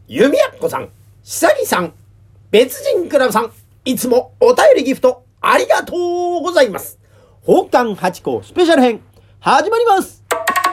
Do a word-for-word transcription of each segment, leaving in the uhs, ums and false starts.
弓矢子さん、久木さん、別人クラブさん、いつもお便りギフトありがとうございます。宝冠八甲スペシャル編始まります。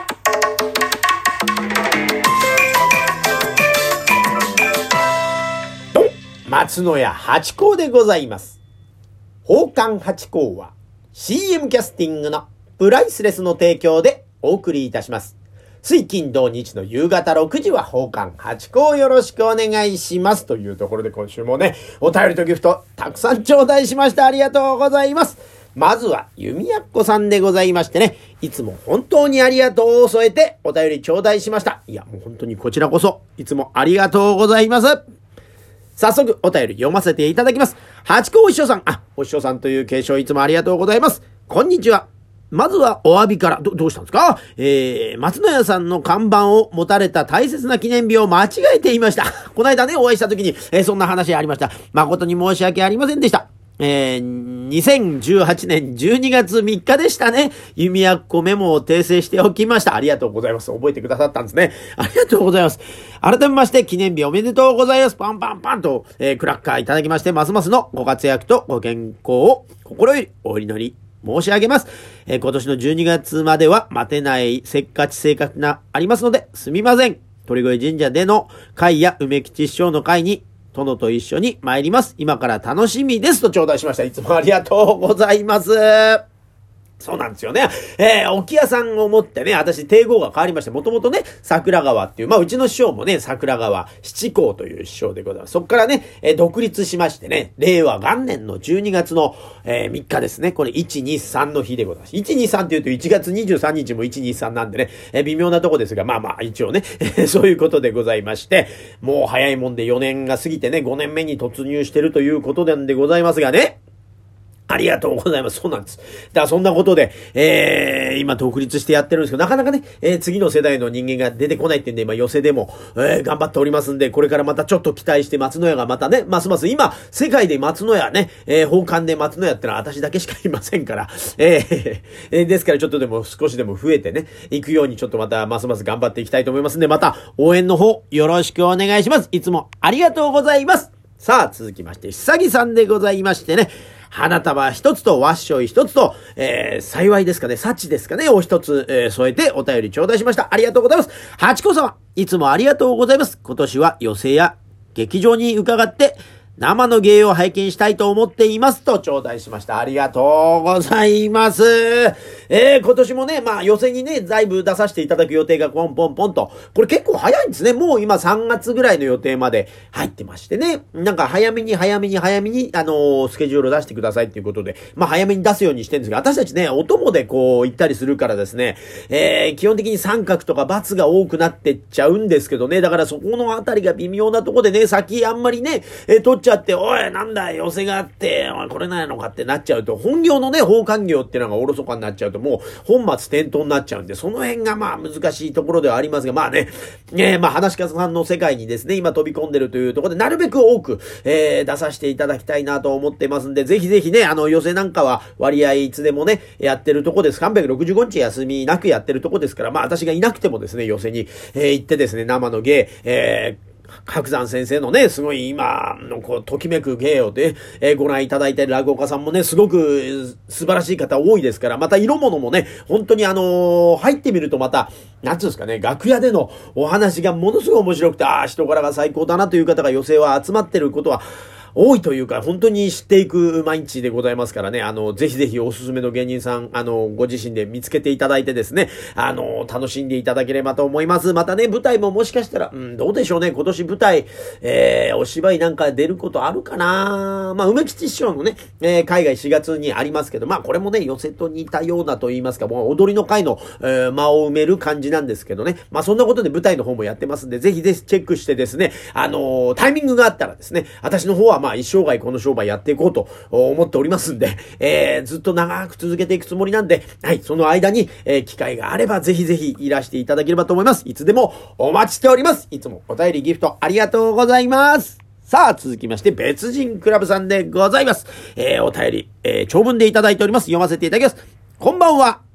どん松野屋八甲でございます。宝冠八甲は シーエム キャスティングのプライスレスの提供でお送りいたします。水金土日の夕方ろくじは宝冠八甲をよろしくお願いしますというところで、今週もねお便りとギフトたくさん頂戴しました。ありがとうございます。まずは弓矢子さんでございましてね、いつも本当にありがとうを添えてお便り頂戴しました。いやもう本当にこちらこそいつもありがとうございます。早速お便り読ませていただきます。八甲お師匠さん、あ、お師匠さんという継承いつもありがとうございます。こんにちは。まずはお詫びから、ど、どうしたんですか？えー、松野屋さんの看板を持たれた大切な記念日を間違えていました。この間ね、お会いした時に、えー、そんな話ありました。誠に申し訳ありませんでした。えー、にせんじゅうはちねんじゅうにがつみっかでしたね。弓矢子メモを訂正しておきました。ありがとうございます。覚えてくださったんですね。ありがとうございます。改めまして記念日おめでとうございます。パンパンパンと、えー、クラッカーいただきまして、ますますのご活躍とご健康を心よりお祈り申し上げます。えー、今年のじゅうにがつまでは待てないせっかち性格がありますので、すみません。鳥越神社での会や梅吉師匠の会に殿と一緒に参ります。今から楽しみですと頂戴しました。いつもありがとうございます。そうなんですよね。えー、沖屋さんをもってね、私、帝号が変わりまして、もともとね、桜川っていう、まあ、うちの師匠もね、桜川七甲という師匠でございます。そこからね、えー、独立しましてね、令和元年のじゅうにがつの、えー、みっかですね。これ、いち、に、さんの日でございます。いち、に、さんって言うといちがつにじゅうさんにちもいち、に、さんなんでね、えー、微妙なとこですが、まあまあ、一応ね、そういうことでございまして、もう早いもんでよねんが過ぎてね、ごねんめに突入してるということなんでございますがね、ありがとうございます。そうなんです。だからそんなことで、えー、今独立してやってるんですけど、なかなかね、えー、次の世代の人間が出てこないってんで、今寄せでも、えー、頑張っておりますんで、これからまたちょっと期待して松野屋がまたね、ますます今、世界で松野屋ね、えー、宝冠で松野屋ってのは私だけしかいませんから、えー、えー、ですからちょっとでも少しでも増えてね、行くようにちょっとまたますます頑張っていきたいと思いますんで、また応援の方よろしくお願いします。いつもありがとうございます。さあ、続きまして、久木さんでございましてね、花束一つとワッショイ一つと、えー、幸いですかね、幸ですかね、を一つ、えー、添えてお便り頂戴しました。ありがとうございます。八甲様、いつもありがとうございます。今年は寄席や劇場に伺って生の芸を拝見したいと思っていますと頂戴しました。ありがとうございます。えー、今年もね、まあ寄席にね、だいぶ出させていただく予定がポンポンポンと、これ結構早いんですね。もう今さんがつぐらいの予定まで入ってましてね、なんか早めに早めに早めに、あのー、スケジュールを出してくださいっていうことで、まあ早めに出すようにしてるんですが、私たちね、お供でこう行ったりするからですね、えー、基本的に三角とか×が多くなってっちゃうんですけどね、だからそこのあたりが微妙なとこでね、先あんまりね、えー、取っちゃって、おい、なんだ、寄せがあって、おい、これないのかってなっちゃうと、本業のね、宝冠業っていうのがおろそかになっちゃうと、もう、本末転倒になっちゃうんで、その辺がまあ、難しいところではありますが、まあね、えー、まあ、話し家さんの世界にですね、今飛び込んでるというところで、なるべく多く、えー、出させていただきたいなと思ってますんで、ぜひぜひね、あの、寄せなんかは、割合いつでもね、やってるとこです。さんびゃくろくじゅうごにち休みなくやってるとこですから、まあ、私がいなくてもですね、寄せに、えー、行ってですね、生の芸、えー、白山先生のね、すごい今のこう、ときめく芸をね、えー、ご覧いただいている落語家さんもね、すごく素晴らしい方多いですから、また色物もね、本当にあのー、入ってみるとまた、なんつうんですかね、楽屋でのお話がものすごい面白くて、ああ、人柄が最高だなという方が寄席は集まってることは、多いというか、本当に知っていく毎日でございますからね、あの、ぜひぜひおすすめの芸人さん、あの、ご自身で見つけていただいてですね、あの、楽しんでいただければと思います。またね、舞台ももしかしたら、うん、どうでしょうね、今年舞台、えー、お芝居なんか出ることあるかな。まあ、梅吉師匠のね、えー、海外しがつにありますけど、まあ、これもね、寄席と似たようなと言いますか、もう踊りの会の、えー、間を埋める感じなんですけどね、まあ、そんなことで舞台の方もやってますんで、ぜひぜひチェックしてですね、あのー、タイミングがあったらですね、私の方はまあ一生涯この商売やっていこうと思っておりますんで、えー、ずっと長く続けていくつもりなんで、はい、その間に、えー、機会があればぜひぜひいらしていただければと思います。いつでもお待ちしております。いつもお便りギフトありがとうございます。さあ、続きまして、別人クラブさんでございます。えー、お便り、えー、長文でいただいております。読ませていただきます。こんばんは。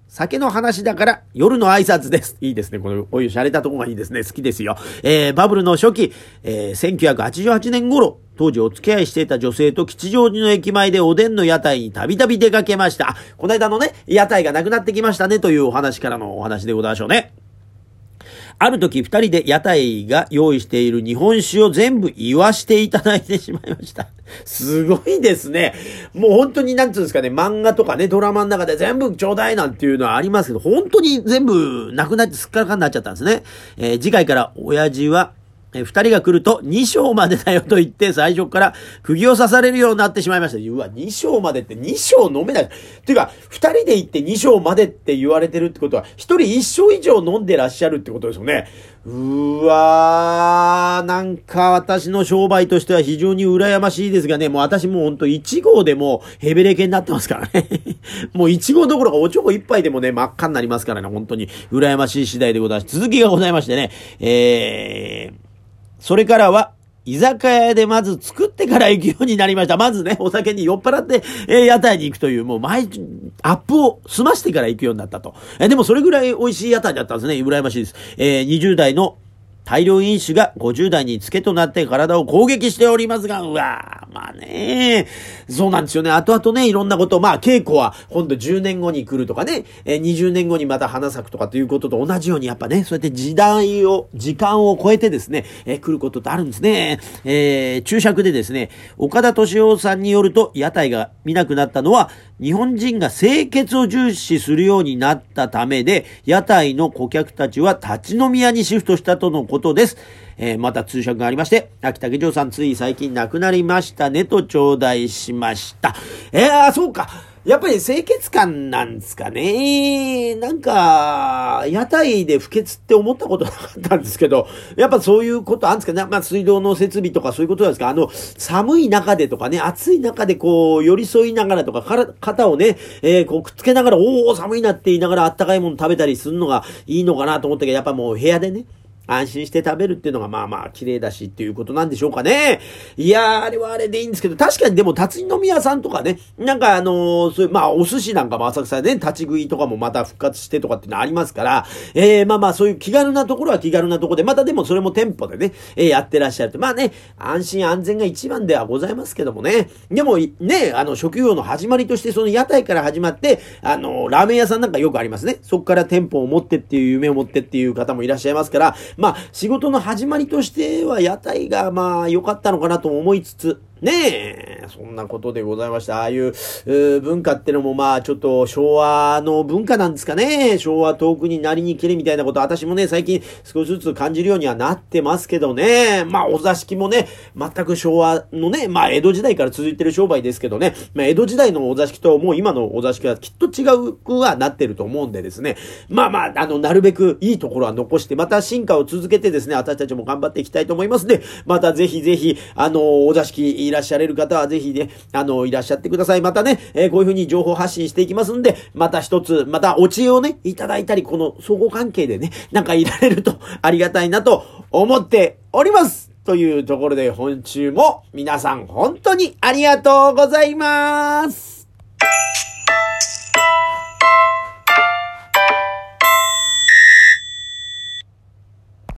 酒の話だから夜の挨拶です。いいですね。この、こういう洒落たとこがいいですね。好きですよ。えー、バブルの初期、えー、せんきゅうひゃくはちじゅうはちねん頃、当時お付き合いしていた女性と吉祥寺の駅前でおでんの屋台にたびたび出かけました。この間のね、屋台がなくなってきましたねというお話からのお話でございましょうね。ある時二人で屋台が用意している日本酒を全部言わしていただいてしまいました。すごいですね。もう本当になんつうんですかね、漫画とかね、ドラマの中で全部ちょうだいなんていうのはありますけど、本当に全部なくなってすっからかんになっちゃったんですね。えー、次回から親父は、えー、二人が来るとに章までだよと言って最初から釘を刺されるようになってしまいました。うわ、に章までってに章飲めない。っていうか、二人で行ってに章までって言われてるってことは、一人いち章以上飲んでらっしゃるってことですよね。うわー、なんか私の商売としては非常に羨ましいですがね、もう私もうほんといち号でもうヘベレケになってますからね。もういち号どころかおちょこいっぱいでもね、真っ赤になりますからね、本当に羨ましい次第でございます。続きがございましてね、えー、それからは、居酒屋でまず作ってから行くようになりました。まずね、お酒に酔っ払って、えー、屋台に行くという、もう毎日、アップを済ましてから行くようになったと。えー、でもそれぐらい美味しい屋台だったんですね。羨ましいです。えー、にじゅう代の大量飲酒がごじゅう代にツケとなって体を攻撃しておりますが、うわー、まあね、そうなんですよね。後々ね、いろんなこと、まあ稽古は今度じゅうねんごに来るとかね、えー、にじゅうねんごにまた花咲くとかということと同じようにやっぱね、そうやって時代を、時間を超えてですね、えー、来ることってあるんですね。えー、注釈でですね、岡田敏夫さんによると、屋台が見なくなったのは、日本人が清潔を重視するようになったためで、屋台の顧客たちは立ち飲み屋にシフトしたとのことです。えー、また通訳がありまして、秋竹城さんつい最近亡くなりましたねと頂戴しました。えー、そうか。やっぱり清潔感なんですかね。なんか、屋台で不潔って思ったことなかったんですけど、やっぱそういうことあるんですかね。まあ水道の設備とかそういうことなんですか。あの、寒い中でとかね、暑い中でこう、寄り添いながらとか、から肩をね、えー、こうくっつけながら、おー寒いなって言いながらあったかいもの食べたりするのがいいのかなと思ったけど、やっぱもう部屋でね、安心して食べるっていうのがまあまあ綺麗だしっていうことなんでしょうかね。いやー、あれはあれでいいんですけど、確かにでも立ち飲み屋さんとかね、なんかあのー、そういう、まあお寿司なんかも浅草でね、立ち食いとかもまた復活してとかっていうのありますから、えー、まあまあそういう気軽なところは気軽なところで、またでもそれも店舗でね、えー、やってらっしゃるって、まあね、安心安全が一番ではございますけどもね。でもね、あの職業の始まりとしてその屋台から始まって、あのー、ラーメン屋さんなんかよくありますね。そこから店舗を持ってっていう夢を持ってっていう方もいらっしゃいますから、まあ、仕事の始まりとしては屋台がまあ良かったのかなと思いつつ、ねえ、そんなことでございました。ああいう、う文化ってのもまあちょっと昭和の文化なんですかね。昭和遠くになりにけれみたいなこと私もね最近少しずつ感じるようにはなってますけどね。まあお座敷もね、全く昭和のね、まあ江戸時代から続いてる商売ですけどね、まあ江戸時代のお座敷ともう今のお座敷はきっと違うくはなってると思うんでですね。まあまあ、あの、なるべくいいところは残して、また進化を続けてですね、私たちも頑張っていきたいと思いますので、またぜひぜひ、あの、お座敷いらっしゃれる方はぜひね、あの、いらっしゃってください。またね、えー、こういう風に情報発信していきますんで、また一つ、またお知恵をね、いただいたり、この相互関係でね、なんかいられるとありがたいなと思っております。というところで、本中も皆さん本当にありがとうございます。